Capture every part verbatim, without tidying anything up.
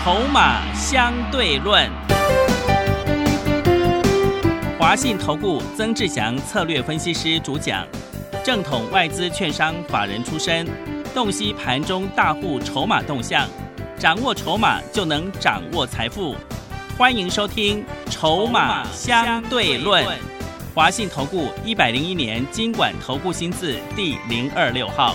筹码相对论。华信投顾曾志祥策略分析师主讲，正统外资券商法人出身，洞悉盘中大户筹码动向，掌握筹码就能掌握财富。欢迎收听《筹码相对论》。华信投顾一百零一年金管投顾新字第零二六号。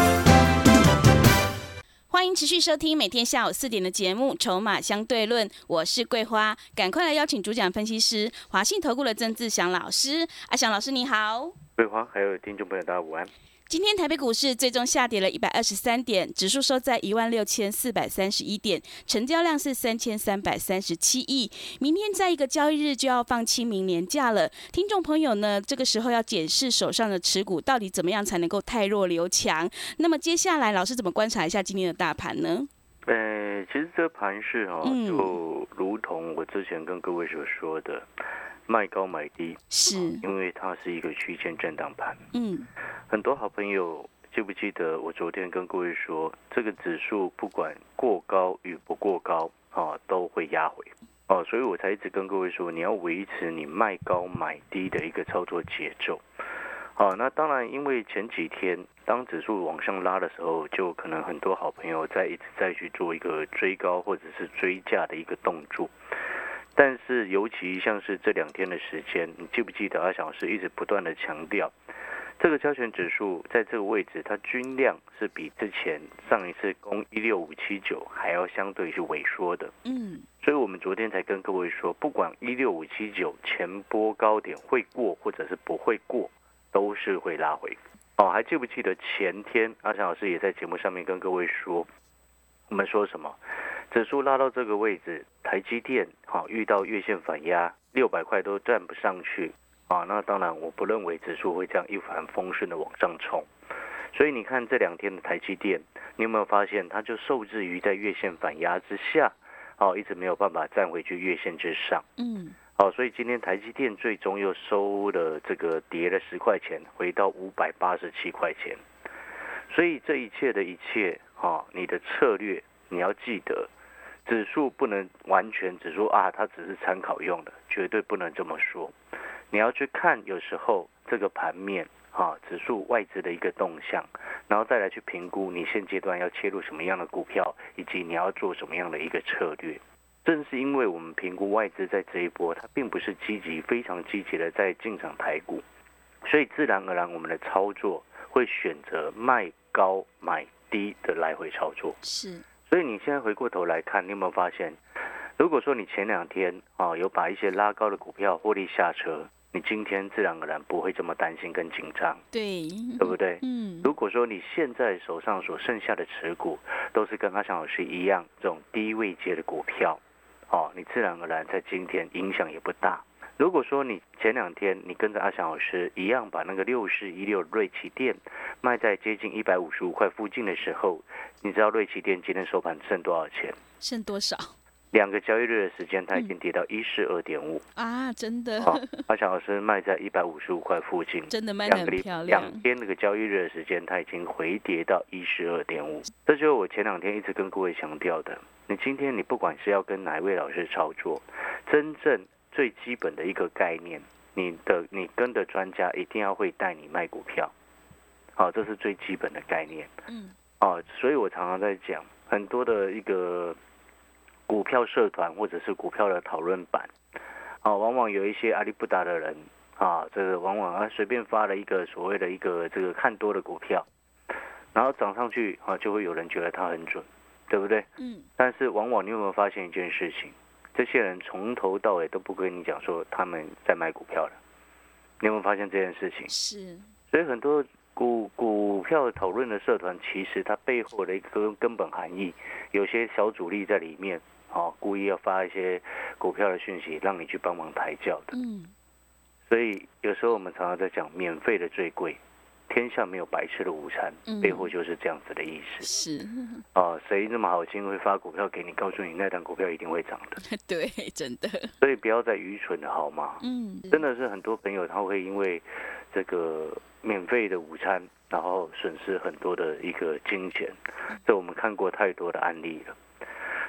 欢迎持续收听每天下午四点的节目《筹码相对论》，我是桂花，赶快来邀请主讲分析师华信投顾的曾志祥老师。阿祥老师你好。 桂花还有听众朋友大家午安。 今天台北股市最终下跌了一百二十三点，指数收在一万六千四百三十一点，成交量是三千三百三十七亿。明天在一个交易日就要放清明年假了，听众朋友呢，这个时候要检视手上的持股到底怎么样才能够汰弱留强。那么接下来老师怎么观察一下今天的大盘呢？ 呃，其实这盘势哈、哦嗯， 就如同我之前跟各位所说的，卖高买低， 是因为它是一个区间震荡盘。 嗯， 很多好朋友记不记得我昨天跟各位说，这个指数不管过高与不过高啊，都会压回哦，所以我才一直跟各位说，你要维持你卖高买低的一个操作节奏。好，那当然，因为前几天当指数往上拉的时候，就可能很多好朋友在一直在去做一个追高或者是追价的一个动作。但是尤其像是这两天的时间，你记不记得阿翔老师一直不断的强调，这个加权指数在这个位置，它均量是比之前上一次攻一六五七九还要相对是萎缩的。 嗯， 所以我们昨天才跟各位说，不管一六五七九前波高点会过或者是不会过，都是会拉回。哦，还记不记得前天阿翔老师也在节目上面跟各位说，我们说什么？指数拉到这个位置，台积电好遇到月线反压，六百块都站不上去啊。那当然，我不认为指数会这样一帆风顺的往上冲。所以你看这两天的台积电，你有没有发现它就受制于在月线反压之下，哦，一直没有办法站回去月线之上。 嗯， 好，所以今天台积电最终又收了这个跌了十块钱，回到五百八十七块钱。所以这一切的一切，哈，你的策略你要记得。指数不能完全只说啊，它只是参考用的，绝对不能这么说。你要去看，有时候这个盘面啊，指数外资的一个动向，然后再来去评估你现阶段要切入什么样的股票，以及你要做什么样的一个策略。正是因为我们评估外资在这一波，它并不是积极、非常积极的在进场台股，所以自然而然我们的操作会选择卖高买低的来回操作。 是。 所以你现在回过头来看，你有没有发现，如果说你前两天啊有把一些拉高的股票获利下车，你今天自然而然不会这么担心跟紧张， 对， 对不对？ 嗯。 如果说你现在手上所剩下的持股都是跟阿翔老师一样这种低位阶的股票，哦，你自然而然在今天影响也不大。如果说你前两天你跟着阿翔老师一样把那个六四一六瑞奇电卖在接近一百五十五块附近的时候，你知道瑞奇电今天收盘剩多少钱？ 剩多少？ 两个交易日的时间，它已经跌到一四二点五啊！真的。 哦，阿翔老师卖在一百五十五块附近， 真的卖得很漂亮。 两天那个交易日的时间，它已经回跌到一四二点五。这就是我前两天一直跟各位强调的。你今天你不管是要跟哪一位老师操作，真正最基本的一个概念，你的你跟的专家一定要会带你卖股票，好、哦，这是最基本的概念。 嗯， 哦，所以我常常在讲很多的一个股票社团或者是股票的讨论版，啊、哦，往往有一些阿里不达的人啊，这个往往啊随便发了一个所谓的一个这个看多的股票，然后涨上去啊，就会有人觉得它很准，对不对？嗯。但是往往你有没有发现一件事情？这些人从头到尾都不跟你讲说他们在买股票的，你有没有发现这件事情？ 是。所以很多股股票讨论的社团，其实它背后的一个根本含义，有些小主力在里面，哦，故意要发一些股票的讯息，让你去帮忙抬轿的。嗯。所以有时候我们常常在讲，免费的最贵。天下没有白吃的午餐，背后就是这样子的意思。 是啊，谁那么好心会发股票给你，告诉你那档股票一定会涨的？ 对，真的。 所以不要再愚蠢了，好吗？嗯，真的是很多朋友他会因为这个免费的午餐，然后损失很多的一个金钱，这我们看过太多的案例了。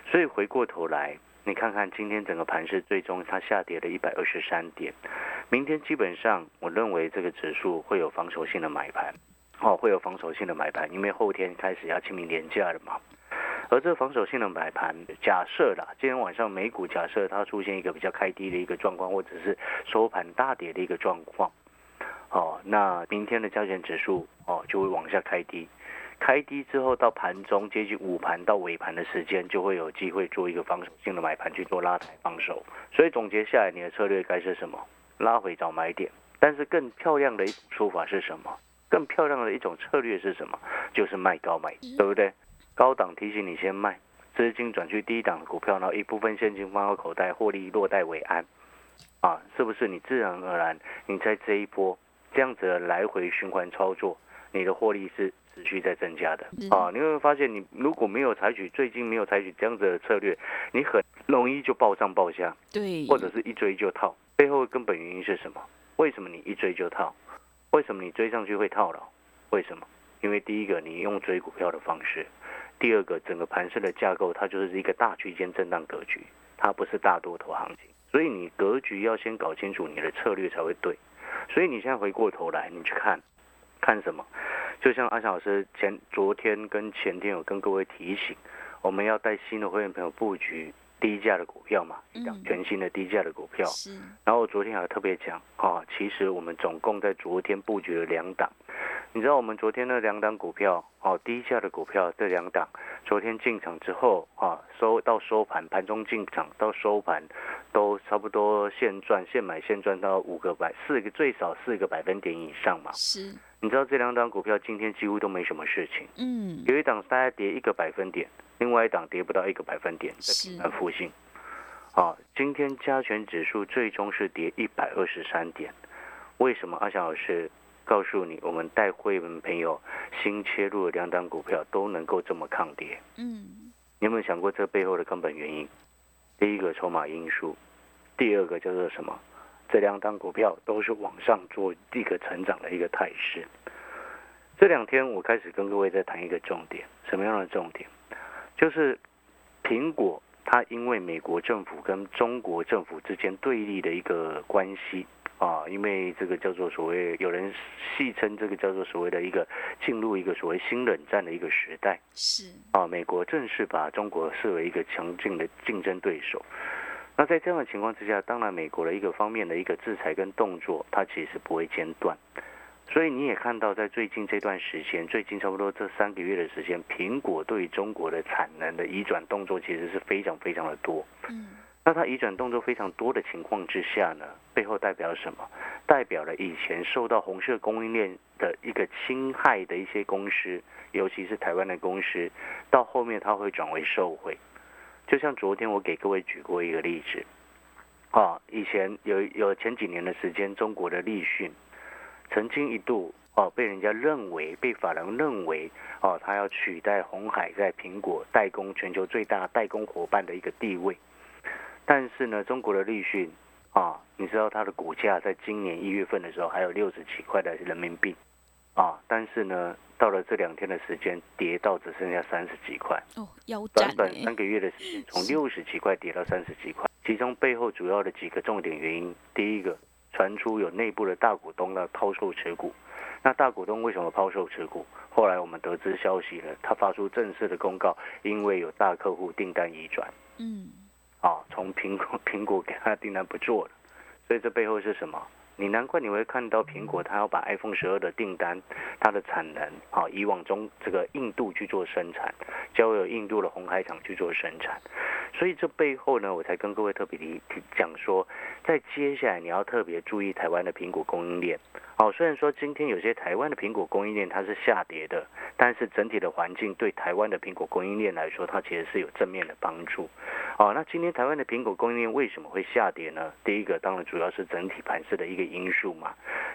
所以回过头来，你看看今天整个盘势，最终它下跌了一百二十三点。明天基本上，我认为这个指数会有防守性的买盘，哦，会有防守性的买盘，因为后天开始要清明连假了嘛。而这防守性的买盘，假设啦，今天晚上美股假设它出现一个比较开低的一个状况，或者是收盘大跌的一个状况，哦，那明天的加权指数哦就会往下开低。开低之后到盘中接近午盘到尾盘的时间，就会有机会做一个防守性的买盘去做拉抬防守。所以总结下来，你的策略该是什么？拉回找买点。但是更漂亮的一种说法是什么？更漂亮的一种策略是什么？就是卖高买低，对不对？高档提醒你先卖，资金转去低档的股票，然后一部分现金放到口袋，获利落袋为安。啊，是不是你自然而然你在这一波这样子的来回循环操作，你的获利是持续在增加的啊？你会发现，你如果没有采取最近没有采取这样子的策略，你很容易就暴上暴下， 对， 或者是一追就套。背后根本原因是什么？为什么你一追就套？为什么你追上去会套牢？为什么？因为第一个，你用追股票的方式；第二个，整个盘势的架构它就是一个大区间震荡格局，它不是大多头行情，所以你格局要先搞清楚，你的策略才会对。所以你现在回过头来，你去看，看什么？就像阿翔老师前昨天跟前天有跟各位提醒，我们要带新的会员朋友布局低价的股票嘛，一档全新的低价的股票。嗯、然后昨天还特别讲啊，其实我们总共在昨天布局了两档。你知道我们昨天那两档股票哦，低价的股票这两档，昨天进场之后啊，收到收盘，盘中进场到收盘，都差不多现赚现买现赚到五个百四个最少四个百分点以上嘛。 是。 你知道这两档股票今天几乎都没什么事情， 嗯， 有一档大概跌一个百分点，另外一档跌不到一个百分点，在平盘附近。啊，今天加权指数最终是跌一百二十三点，为什么？阿翔老师告诉你，我们带会员朋友新切入的两档股票都能够这么抗跌。嗯，你有没有想过这背后的根本原因？第一个筹码因素，第二个叫做什么？这两档股票都是往上做一个成长的一个态势。这两天我开始跟各位在谈一个重点，什么样的重点？就是苹果它因为美国政府跟中国政府之间对立的一个关系啊，因为这个叫做所谓有人戏称这个叫做所谓的一个进入一个所谓新冷战的一个时代。是啊，美国正式把中国视为一个强劲的竞争对手。那在这样的情况之下，当然美国的一个方面的一个制裁跟动作，它其实不会间断。所以你也看到，在最近这段时间，最近差不多这三个月的时间，苹果对于中国的产能的移转动作其实是非常非常的多。嗯，那它移转动作非常多的情况之下呢，背后代表什么？代表了以前受到红色供应链的一个侵害的一些公司，尤其是台湾的公司，到后面它会转为受惠。就像昨天我给各位举过一个例子，啊，以前有有前几年的时间，中国的立讯曾经一度哦、啊、被人家认为，被法人认为哦、啊，他要取代鸿海在苹果代工全球最大代工伙伴的一个地位。但是呢，中国的立讯啊，你知道它的股价在今年一月份的时候还有六十几块的人民币啊，但是呢，到了这两天的时间，跌到只剩下三十几块。哦，腰斩。短短三个月的时间，从六十几块跌到三十几块。其中背后主要的几个重点原因，第一个，传出有内部的大股东要抛售持股。那大股东为什么抛售持股？后来我们得知消息了，他发出正式的公告，因为有大客户订单移转。嗯。啊，从苹果苹果给他订单不做了，所以这背后是什么？你难怪你会看到苹果，它要把 iPhone 十二的订单，它的产能啊，以往中这个印度去做生产，交由印度的鸿海厂去做生产，所以这背后呢，我才跟各位特别讲说，在接下来你要特别注意台湾的苹果供应链。哦，虽然说今天有些台湾的苹果供应链它是下跌的，但是整体的环境对台湾的苹果供应链来说，它其实是有正面的帮助。哦，那今天台湾的苹果供应链为什么会下跌呢？第一个当然主要是整体盘势的一个因素嘛。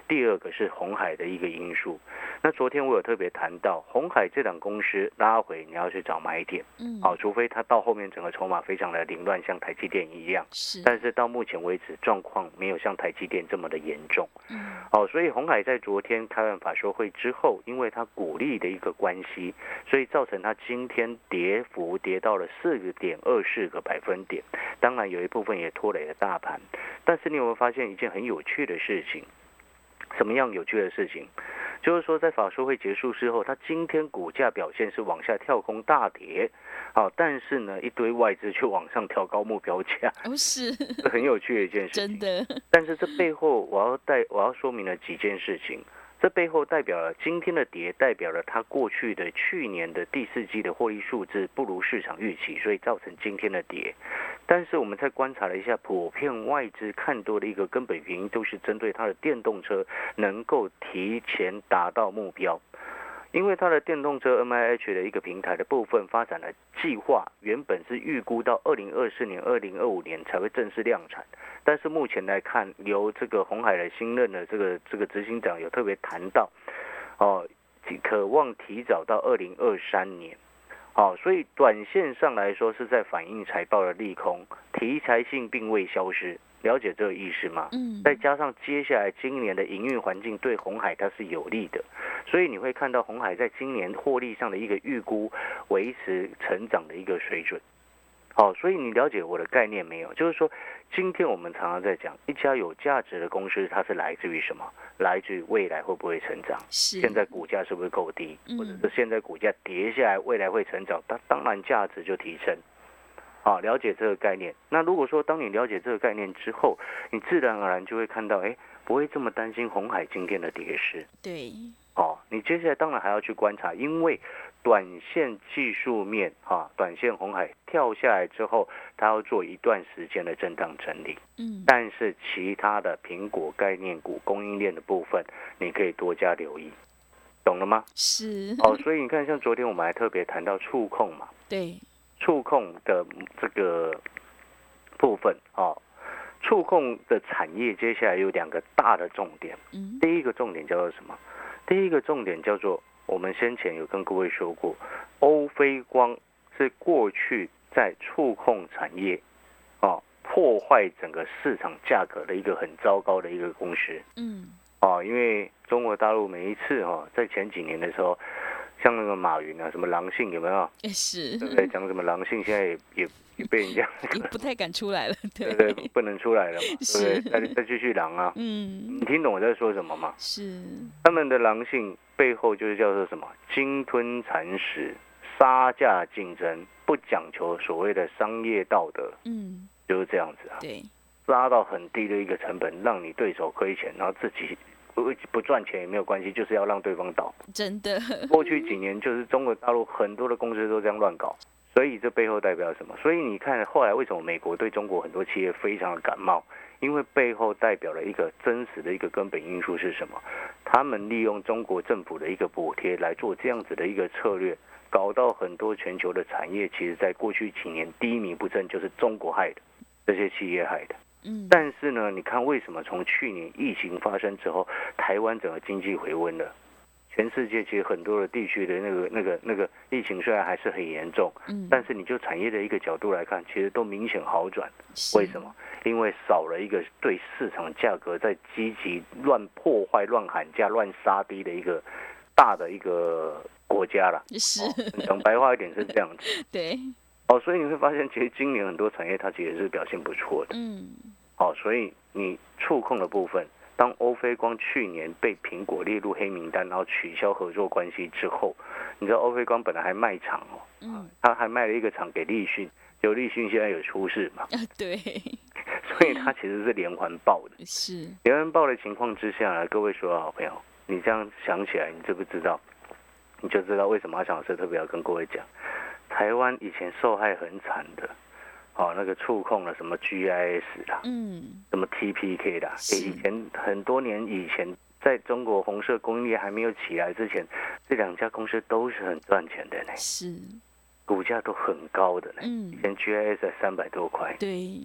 第二个是鸿海的一个因素。那昨天我有特别谈到鸿海这档公司拉回，你要去找买点，嗯，好，除非它到后面整个筹码非常的凌乱，像台积电一样， 是， 但是到目前为止状况没有像台积电这么的严重，嗯，好，所以鸿海在昨天开完法说会之后，因为它股利的一个关系，所以造成它今天跌幅跌到了四点二四个百分点，当然有一部分也拖累了大盘，但是你有没有发现一件很有趣的事情？什么样有趣的事情？就是说，在法说会结束之后，它今天股价表现是往下跳空大跌，好，但是呢，一堆外资却往上调高目标价， 哦，是， 这很有趣的一件事情。 真的。 但是这背后，我要带我要说明了几件事情。这背后代表了今天的跌，代表了它过去的去年的第四季的获利数字不如市场预期，所以造成今天的跌。但是我们在观察了一下，普遍外资看多的一个根本原因，都是针对它的电动车能够提前达到目标。因为它的电动车 M I H 的一个平台的部分发展的计划，原本是预估到二零二四年、二零二五年才会正式量产，但是目前来看，由这个鸿海的新任的这个这个执行长有特别谈到，哦，渴望提早到二零二三年。好，所以短线上来说是在反映财报的利空，题材性并未消失，了解这个意思吗？嗯。再加上接下来今年的营运环境对鸿海它是有利的，所以你会看到鸿海在今年获利上的一个预估维持成长的一个水准。好，所以你了解我的概念没有？就是说，今天我们常常在讲一家有价值的公司，它是来自于什么？来自于未来会不会成长？现在股价是不是够低？或者是现在股价跌下来，未来会成长？它当然价值就提升。好，了解这个概念。那如果说当你了解这个概念之后，你自然而然就会看到，哎，不会这么担心鸿海今天的跌势。 对。 哦，你接下来当然还要去观察，因为短线技术面哈，短线鸿海跳下来之后，它要做一段时间的震荡整理。嗯，但是其他的苹果概念股、供应链的部分，你可以多加留意，懂了吗？ 是。 哦，所以你看，像昨天我们还特别谈到触控嘛， 对， 触控的这个部分哦，触控的产业接下来有两个大的重点。嗯，第一个重点叫做什么？第一个重点叫做，我们先前有跟各位说过，欧菲光是过去在触控产业，哦，破坏整个市场价格的一个很糟糕的一个公司。嗯，哦，因为中国大陆每一次哈、哦，在前几年的时候，像那个马云啊，什么狼性有没有？ 是， 对不对？讲什么狼性，现在也也也被人家也不太敢出来了，对对对，不能出来了嘛，对不对？再再继续狼啊， 嗯， 你听懂我在说什么吗？ 是， 他们的狼性背后就是叫做什么？鲸吞蚕食、杀价竞争，不讲求所谓的商业道德，嗯，就是这样子啊， 对， 拉到很低的一个成本，让你对手亏钱，然后自己不不赚钱也没有关系，就是要让对方倒。 真的， 过去几年就是中国大陆很多的公司都这样乱搞。所以这背后代表什么？所以你看后来为什么美国对中国很多企业非常的感冒？因为背后代表了一个真实的一个根本因素是什么？他们利用中国政府的一个补贴来做这样子的一个策略，搞到很多全球的产业，其实在过去几年低迷不振，就是中国害的，这些企业害的。嗯。但是呢，你看为什么从去年疫情发生之后，台湾整个经济回温了？全世界其实很多的地区的那个、那个、那个疫情虽然还是很严重，嗯，但是你就产业的一个角度来看，其实都明显好转。为什么？因为少了一个对市场价格在积极乱破坏、乱喊价、乱杀低的一个大的一个国家了。 是， 讲白话一点是这样子。 对。 哦，所以你会发现，其实今年很多产业它其实是表现不错的。嗯。哦，所以你触控的部分。当欧菲光去年被苹果列入黑名单，然后取消合作关系之后，你知道欧菲光本来还卖厂哦，嗯，他还卖了一个厂给立讯，结果立讯现在有出事嘛， 啊，对， 所以他其实是连环爆的， 是连环爆的情况之下呢，各位所有好朋友，你这样想起来，你知不知道？你就知道为什么阿翔老师特别要跟各位讲，台湾以前受害很惨的。哦，那个触控了什么 G I S 啦，嗯，什么 T P K 啦，以前很多年以前，在中国红色供应链还没有起来之前，这两家公司都是很赚钱的呢， 是， 股价都很高的呢，嗯，以前 G I S 才三百多块， 对， 讲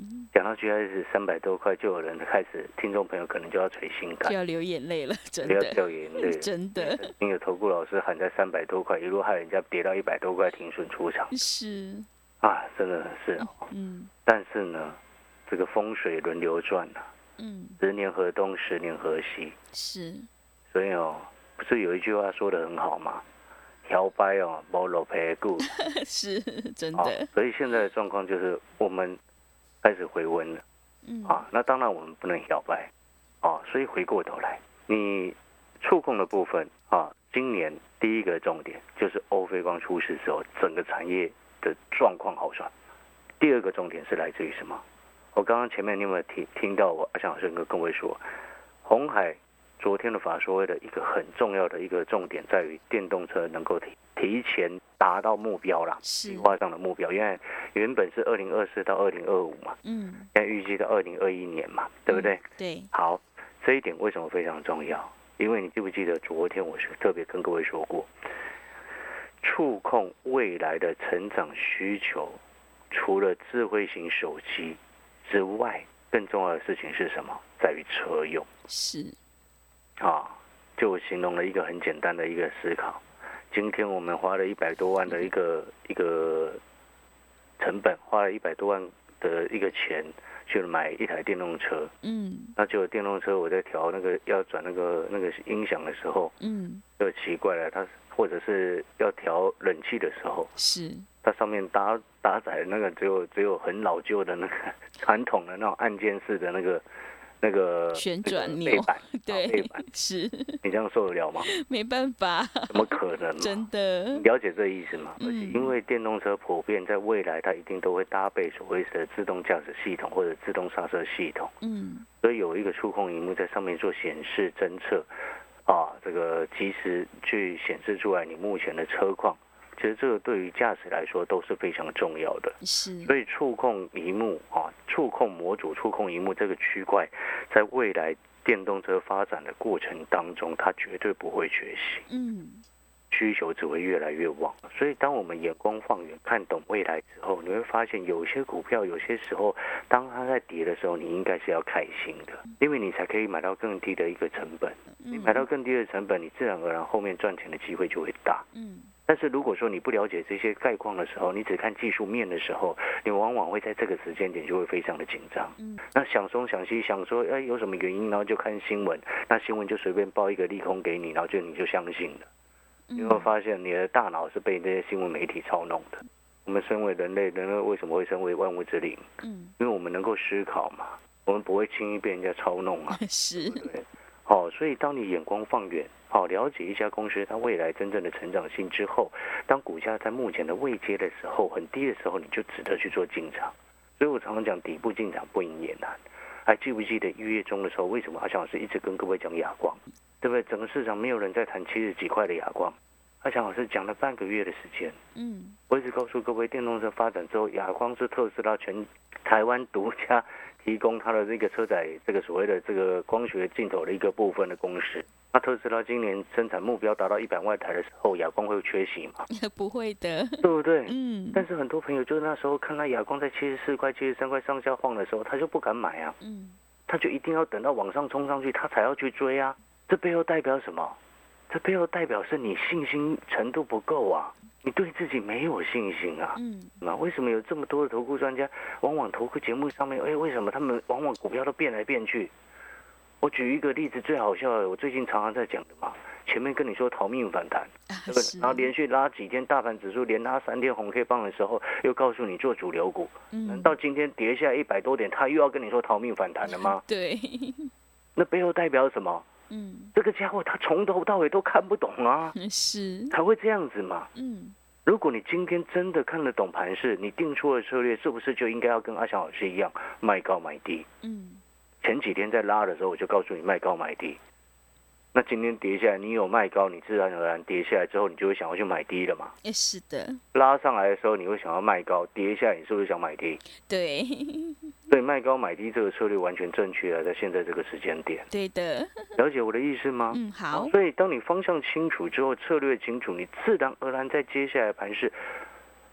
讲到 G I S 三百多块，就有人开始，听众朋友可能就要垂心肝， 就要流眼泪了，真不要的， 掉眼泪， 真的， 因为投顾老师喊在三百多块，一路害人家跌到一百多块停损出场， 是啊，真的是， 嗯， 但是呢，这个风水轮流转啊， 嗯， 十年河东，十年河西， 是， 所以哦，不是有一句话说得很好吗？摇摆哦，无落皮的久， 是真啊的， 所以现在的状况就是我们开始回温了。 嗯， 啊，那当然我们不能摇摆，啊，所以回过头来，你触控的部分啊，今年第一个重点就是欧菲光出事之后，整个产业的状况好转。第二个重点是来自于什么？我刚刚前面你有没有听听到我阿翔老师跟各位说，鸿海昨天的法说会的一个很重要的一个重点在于电动车能够提提前达到目标啦，计划上的目标，因为原本是二零二四到二零二五嘛， 嗯， 现在预计到二零二一年嘛，对不对？ 嗯、对。 好，这一点为什么非常重要？因为你记不记得昨天我是特别跟各位说过，触控未来的成长需求，除了智慧型手机之外，更重要的事情是什么？在于车用。 是。 啊，就我形容了一个很简单的一个思考。今天我们花了一百多万的一个一个成本，花了一百多万的一个钱去买一台电动车。嗯，那就电动车我在调那个要转那个那个音响的时候，嗯，就奇怪了，它或者是要调冷气的时候，是它上面搭搭载那个只有只有很老旧的那个传统的那种按键式的那个。那个旋转钮， 背板， 对， 背板是， 你这样受得了吗？ 没办法， 怎么可能？ 真的， 你了解这意思吗？ 嗯、 而且因为电动车普遍在未来，它一定都会搭配所谓的自动驾驶系统或者自动刹车系统，嗯，所以有一个触控萤幕在上面做显示侦测，啊，这个及时去显示出来你目前的车况。其实这个对于驾驶来说都是非常重要的，是。所以触控萤幕啊，触控模组、触控萤幕这个区块，在未来电动车发展的过程当中，它绝对不会缺席。嗯，需求只会越来越旺。所以当我们眼光放远，看懂未来之后，你会发现有些股票，有些时候当它在跌的时候，你应该是要开心的，因为你才可以买到更低的一个成本。你买到更低的成本，你自然而然后面赚钱的机会就会大。嗯。但是如果说你不了解这些概况的时候，你只看技术面的时候，你往往会在这个时间点就会非常的紧张。嗯，那想东想西，想说哎有什么原因，然后就看新闻，那新闻就随便报一个利空给你，然后就你就相信了。你会发现你的大脑是被这些新闻媒体操弄的。我们身为人类，人类为什么会成为万物之灵？嗯，因为我们能够思考嘛，我们不会轻易被人家操弄啊。是，对不对？好，所以当你眼光放远。好，了解一家公司它未来真正的成长性之后，当股价在目前的位阶的时候很低的时候，你就值得去做进场。所以我常常讲底部进场不赢也难。还记不记得一月中的时候，为什么阿翔老师一直跟各位讲亚光，对不对？整个市场没有人在谈七十几块的亚光，阿翔老师讲了半个月的时间。嗯，我一直告诉各位，电动车发展之后，亚光是特斯拉全台湾独家提供它的这个车载这个所谓的这个光学镜头的一个部分的公司。那特斯拉今年生产目标达到一百万台的时候，亚光会缺席吗？ 不会的， 对不对？嗯。但是很多朋友就是那时候看到亚光在七十四块、七十三块上下晃的时候，他就不敢买啊。嗯。他就一定要等到往上冲上去，他才要去追啊。这背后代表什么？这背后代表是你信心程度不够啊，你对自己没有信心啊。嗯。那为什么有这么多的投顾专家，往往投顾节目上面，哎，为什么他们往往股票都变来变去？我举一个例子，最好笑的，我最近常常在讲的嘛。前面跟你说逃命反弹，对不对？然后连续拉几天，大盘指数连拉三天红 K 棒的时候，又告诉你做主流股。嗯。难道今天跌下一百多点，他又要跟你说逃命反弹了吗？ 对。 那背后代表什么？嗯。这个家伙他从头到尾都看不懂啊。是。才会这样子嘛。嗯。如果你今天真的看得懂盘势，你定出的策略是不是就应该要跟阿翔老师一样，卖高买低？嗯。前几天在拉的时候，我就告诉你卖高买低。那今天跌下来，你有卖高，你自然而然跌下来之后，你就会想要去买低了嘛？ 也是的。拉上来的时候，你会想要卖高；跌下来，你是不是想买低？ 对。 所以卖高买低这个策略完全正确啊，在现在这个时间点。 对的。 了解我的意思吗？ 嗯，好。 所以当你方向清楚之后，策略清楚，你自然而然在接下来盘势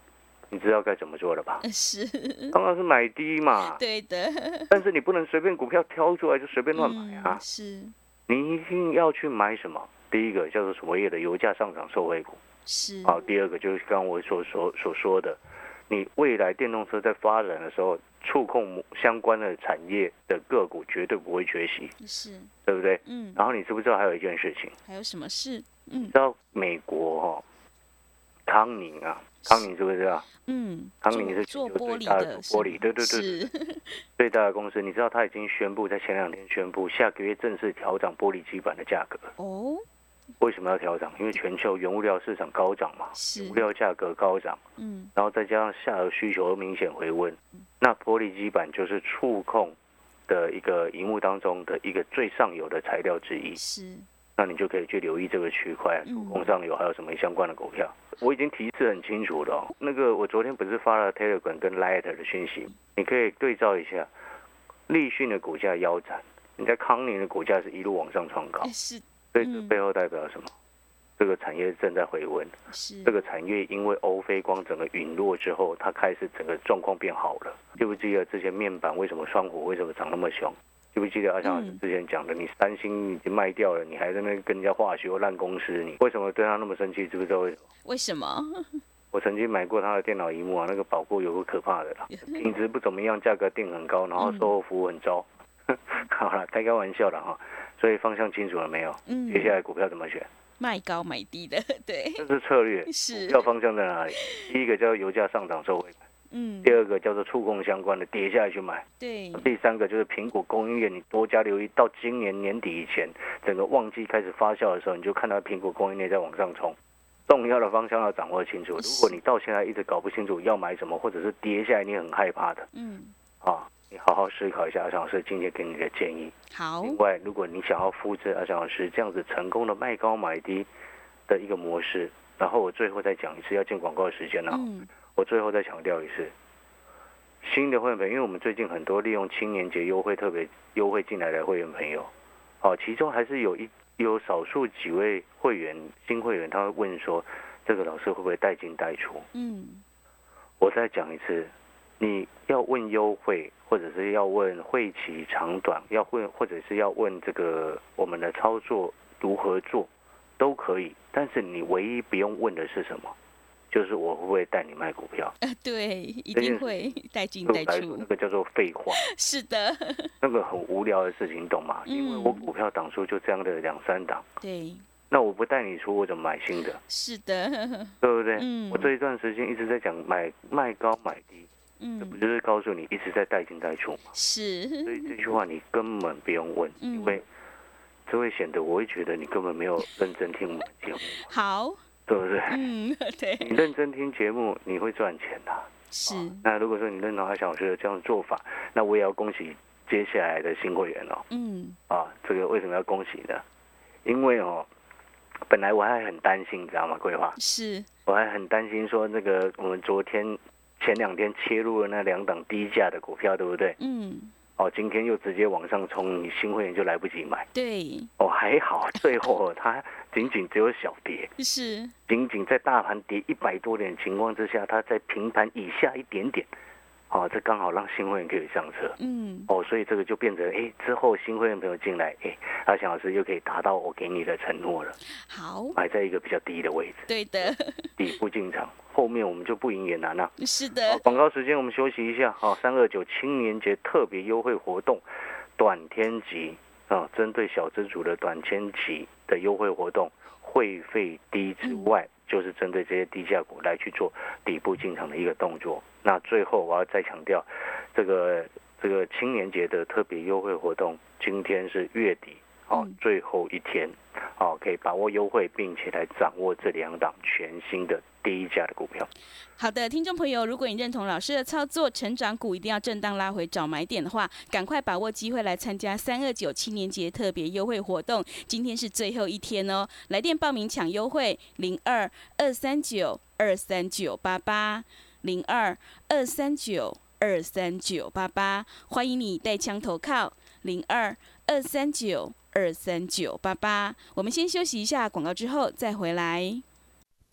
你知道该怎么做了吧？ 是， 当然是买低嘛。 对的。 但是你不能随便股票挑出来就随便乱买啊。 嗯、是。 你一定要去买什么？第一个叫做所谓的油价上涨受惠股。 是。 好，第二个就是刚刚我所所所说的，你未来电动车在发展的时候，触控相关的产业的个股绝对不会缺席。 是。对不对？ 嗯。 然后你知不知道还有一件事情？ 还有什么事？嗯。 知道美国哈、哦，康宁啊，康宁知不知道？ 嗯。 康宁是做玻璃的， 玻璃，对对对，最大的公司。你知道他已经宣布，在前两天宣布，下个月正式调涨玻璃基板的价格。 哦。 为什么要调涨？因为全球原物料市场高涨嘛，原物料价格高涨，嗯，然后再加上下游需求明显回温，嗯、那玻璃基板就是触控的一个萤幕当中的一个最上游的材料之一。 是。 那你就可以去留意这个区块，触控上游还有什么相关的股票。嗯、我已经提示很清楚了、哦。那个我昨天不是发了 Telegram 跟 Light 的讯息，你可以对照一下，立讯的股价腰斩，你在康宁的股价是一路往上创高。 是。 所以这背后代表什么？嗯、这个产业正在回温。是。这个产业因为欧菲光整个陨落之后，它开始整个状况变好了。记不记得之前面板为什么双虎为什么涨那么凶？记不记得阿翔老师之前讲的？你三星已经卖掉了，你还在那跟人家化修烂公司，你为什么对他那么生气？知不知道为什么？ 为什么？ 我曾经买过他的电脑萤幕啊，那个保固有个可怕的啦，品质不怎么样，价格定很高，然后售后服务很糟。嗯、好了，开开玩笑了哈。所以方向清楚了没有？嗯，接下来股票怎么选？ 卖高买低的，对， 这是策略。 是。 股票方向在哪里？第一个叫油价上涨受惠，嗯。第二个叫做触控相关的，跌下来去买。 对。 第三个就是苹果供应链，你多加留意，到今年年底以前，整个旺季开始发酵的时候，你就看到苹果供应链在往上冲。重要的方向要掌握清楚。如果你到现在一直搞不清楚要买什么，或者是跌下来你很害怕的，嗯，啊。你好好思考一下阿翔老师今天给你的建议。 好。 另外，如果你想要复制阿翔老师这样子成功的卖高买低的一个模式，然后我最后再讲一次，要进广告的时间了。嗯。我最后再强调一次，新的会员朋友，因为我们最近很多利用青年节优惠特别优惠进来的会员朋友，哦，其中还是有一有少数几位会员新会员他会问说，这个老师会不会带进带出？嗯。我再讲一次。你要问优惠，或者是要问会期长短，要问或者是要问这个我们的操作如何做，都可以。但是你唯一不用问的是什么？就是我会不会带你卖股票？ 呃，对，一定会带进带出。 那个叫做废话。 是的。那个很无聊的事情，你懂吗？嗯、因为我股票档数就这样的两三档。 对。 那我不带你出，我怎么买新的？ 是的。 对不对？嗯。我这一段时间一直在讲买卖高买低。嗯，这不就是告诉你一直在带进带出吗？ 是， 所以这句话你根本不用问，嗯、因为这会显得我会觉得你根本没有认真听我们节目。 好， 对不对？ 嗯，对。 你认真听节目，你会赚钱的、啊。 是、 哦。那如果说你认同阿翔老师的这样的做法，那我也要恭喜接下来的新会员哦。嗯。啊，这个为什么要恭喜呢？因为哦，本来我还很担心，你知道吗？桂花。 是。 我还很担心说，那个我们昨天。前两天切入了那两档低价的股票，对不对？嗯。哦，今天又直接往上冲，你新会员就来不及买。 对。 哦，还好，最后它仅仅只有小跌。 是。 仅仅在大盘跌一百多点的情况之下，它在平盘以下一点点。哦，这刚好让新会员可以上车。嗯。哦，所以这个就变成，哎，之后新会员朋友进来，哎，阿翔老师又可以达到我给你的承诺了。 好。 买在一个比较低的位置。 对的。 底部进场。后面我们就不赢也难了。 是的。 广告时间我们休息一下。好，三二九青年节特别优惠活动，短天期啊，针对小资主的短天期的优惠活动，会费低之外，嗯、就是针对这些低价股来去做底部进场的一个动作。那最后我要再强调，这个这个青年节的特别优惠活动，今天是月底。哦，最后一天，哦，可以把握优惠，并且来掌握这两档全新的低价的股票。 好的，听众朋友，如果你认同老师的操作，成长股一定要震荡拉回找买点的话，赶快把握机会来参加三二九青年节特别优惠活动。今天是最后一天哦，来电报名抢优惠零二二三九二三九八八零二二三九二三九八八，欢迎你带枪投靠零二二三九。二三九八八，我们先休息一下广告，之后再回来。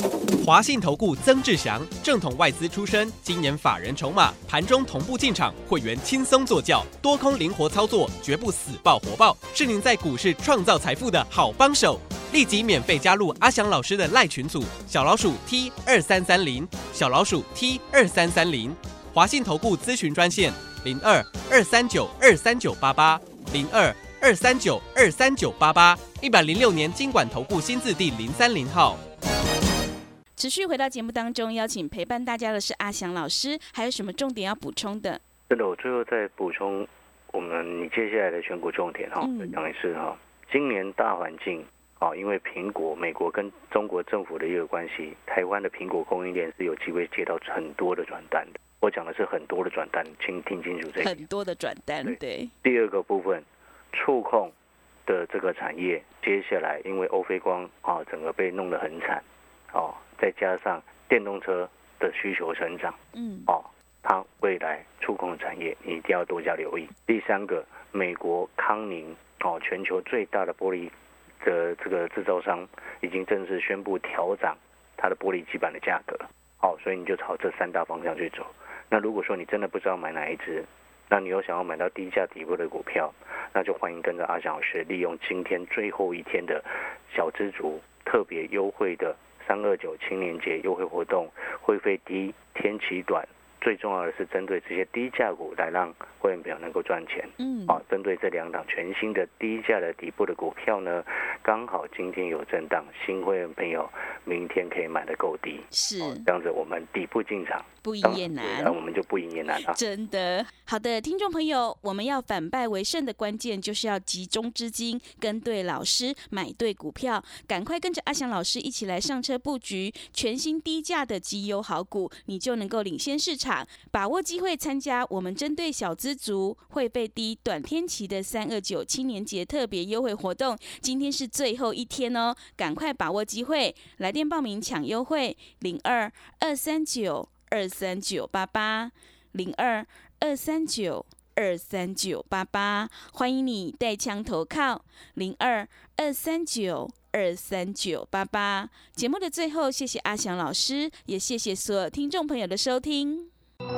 华信投顾曾志祥，正统外资出身，今年法人筹码，盘中同步进场，会员轻松做教，多空灵活操作，绝不死抱活抱，是您在股市创造财富的好帮手。立即免费加入阿翔老师的赖群组，小老鼠 T 二三三零，小老鼠 T 二三三零，华信投顾咨询专线零二二三九二三九八八零二二三九二三九八八，一百零六年金管投顾新字第零三零号。 持续回到节目当中，邀请陪伴大家的是阿翔老师，还有什么重点要补充的？ 真的，我最后再补充我们你接下来的选股重点哈，讲一次哈，今年大环境啊，因为苹果美国跟中国政府的一个关系，台湾的苹果供应链是有机会接到很多的转单的。我讲的是很多的转单，请听清楚这个。 很多的转单， 对, 对。 第二个部分，触控的这个产业，接下来因为欧菲光啊，整个被弄得很惨，哦、啊。再加上电动车的需求成长，嗯，哦，它未来触控的产业你一定要多加留意。第三个，美国康宁哦，全球最大的玻璃的这个制造商已经正式宣布调涨它的玻璃基板的价格，好、哦，所以你就朝这三大方向去走。那如果说你真的不知道买哪一支，那你又想要买到低价底部的股票，那就欢迎跟着阿翔老师，利用今天最后一天的小资族特别优惠的三二九青年节优惠活动，会费低，天期短，最重要的是针对这些低价股来让会员朋友能够赚钱。嗯，啊，针对这两档全新的低价的底部的股票呢，刚好今天有震荡，新会员朋友明天可以买得够低， 是、 哦、这样子，我们底部进场。 不赢也难， 那我们就不赢也难啊！ 真的，好的，听众朋友，我们要反败为胜的关键就是要集中资金，跟对老师，买对股票，赶快跟着阿翔老师一起来上车布局全新低价的绩优好股，你就能够领先市场，把握机会参加我们针对小资族会费低、短天期的三二九青年节特别优惠活动。今天是最后一天哦，赶快把握机会，来电报名抢优惠零二二三九。二三九八八零二二三九二三九八八，欢迎你带枪投靠零二二三九二三九八八。节目的最后，谢谢阿翔老师，也谢谢所有听众朋友的收听。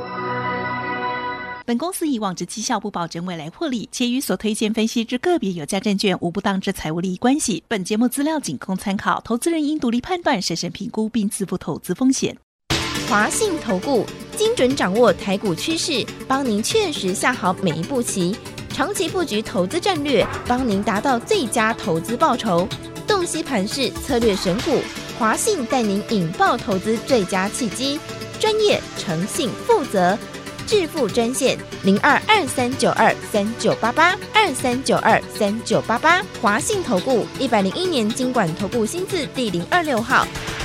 本公司以往之绩效不保证未来获利，且与所推荐分析之个别有价证券无不当之财务利益关系。本节目资料仅供参考，投资人应独立判断、审慎评估并自负投资风险。 华信投顾精准掌握台股趋势，帮您确实下好每一步棋，长期布局投资战略，帮您达到最佳投资报酬。洞悉盘势，策略选股，华信带您引爆投资最佳契机，专业、诚信、负责。致富专线零二二三九二三九八八二三九二三九八八，华信投顾一百零一年金管投顾新字第零二六号。